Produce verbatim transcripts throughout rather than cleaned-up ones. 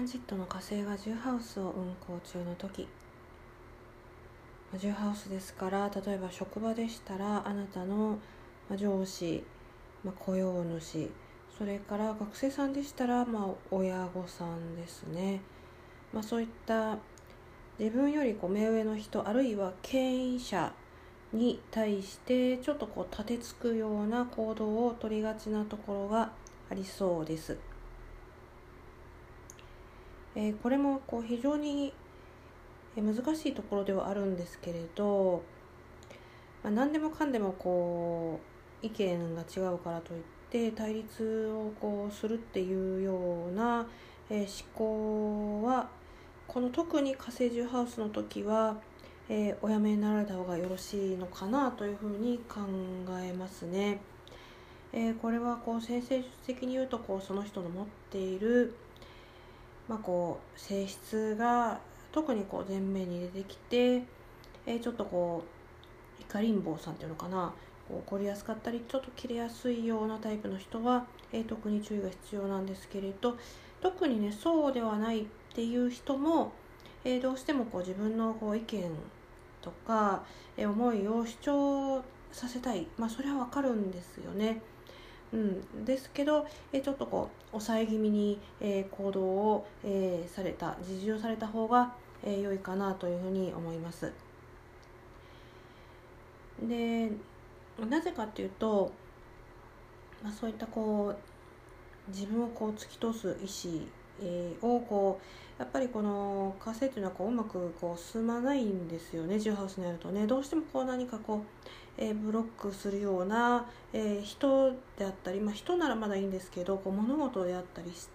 ンジットの火星がじゅうハウスを運行中の時、じゅうハウスですから、例えば職場でしたらあなたの上司、まあ、雇用主、それから学生さんでしたら、まあ、親御さんですね、まあ、そういった自分よりこう目上の人、あるいは牽引者に対してちょっとこう立てつくような行動を取りがちなところがありそうです。えー、これもこう非常に難しいところではあるんですけれど、まあ、何でもかんでもこう意見が違うからといって対立をこうするっていうような、えー、思考はこの特に火星じゅうハウスの時は、えー、おやめになられた方がよろしいのかなというふうに考えますね。えー、これはこう先生術的に言うとこうその人の持っている、まあ、こう性質が特にこう前面に出てきて、えー、ちょっとこう怒りん坊さんっていうのかな、こう怒りやすかったりちょっと切れやすいようなタイプの人は、えー、特に注意が必要なんですけれど、特にねそうではないっていう人も、えー、どうしてもこう自分のこう意見とか、えー、思いを主張させたい、まあそれはわかるんですよね。うん、ですけど、えー、ちょっとこう抑え気味に、えー、行動を、えー、された自重された方が、えー、良いかなというふうに思います。でなぜかっていうと、まあ、そういったこう自分をこう突き通す意思、えー、をこうやっぱりこの火星っていうのはこううまくこう進まないんですよね。じゅうハウスになるとね、どうしてもこう何かこう、えー、ブロックするような、えー、人であったり、まあ、人ならまだいいんですけどこう物事であったりして、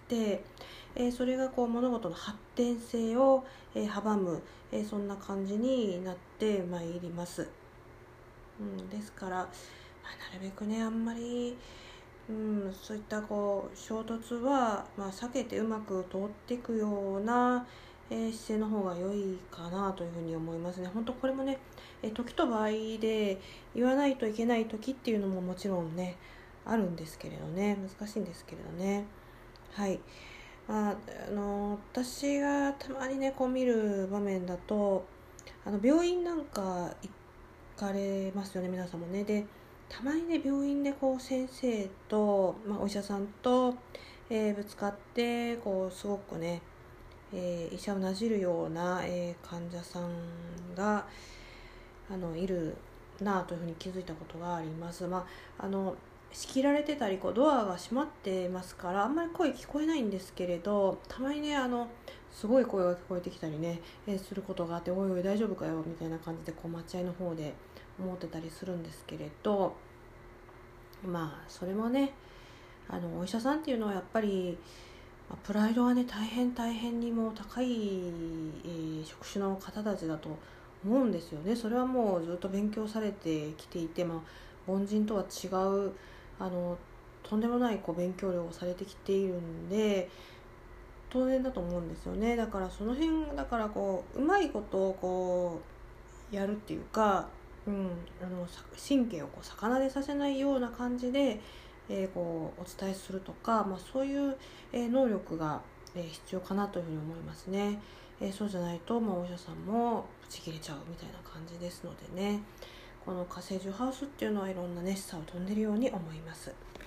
えー、それがこう物事の発展性を、えー、阻む、えー、そんな感じになってまいります。うん、ですから、まあ、なるべくねあんまり、うん、そういったこう衝突は、まあ、避けてうまく通っていくような、えー、姿勢の方が良いかなというふうに思いますね。本当これもね、えー、時と場合で言わないといけない時っていうのももちろんねあるんですけれどね、難しいんですけれどね。はい、まあ、あの私がたまにねこう見る場面だと、あの病院なんか行かれますよね、皆さんもね。でたまにね病院でこう先生と、まあ、お医者さんと、えー、ぶつかってこうすごくね、えー、医者をなじるような、えー、患者さんがあのいるなというふうに気づいたことがあります。まあ、あの仕切られてたりこうドアが閉まってますからあんまり声聞こえないんですけれど、たまにねあのすごい声が聞こえてきたりね、えー、することがあって、おいおい大丈夫かよみたいな感じでこう待合の方で思ってたりするんですけれど、まあそれもねあのお医者さんっていうのはやっぱり、まあ、プライドはね大変大変にも高い、えー、職種の方たちだと思うんですよね。それはもうずっと勉強されてきていて、まあ、凡人とは違うあのとんでもないこう勉強量をされてきているんで当然だと思うんですよね。だからその辺だからこううまいことをこうやるっていうか、うん、あの神経をこう逆なでさせないような感じで、えー、こうお伝えするとか、まあ、そういう、えー、能力が、えー、必要かなというふうに思いますね。えー、そうじゃないと、まあ、お医者さんもブチ切れちゃうみたいな感じですのでね、この火星じゅうハウスっていうのはいろんなね示唆を飛んでるように思います。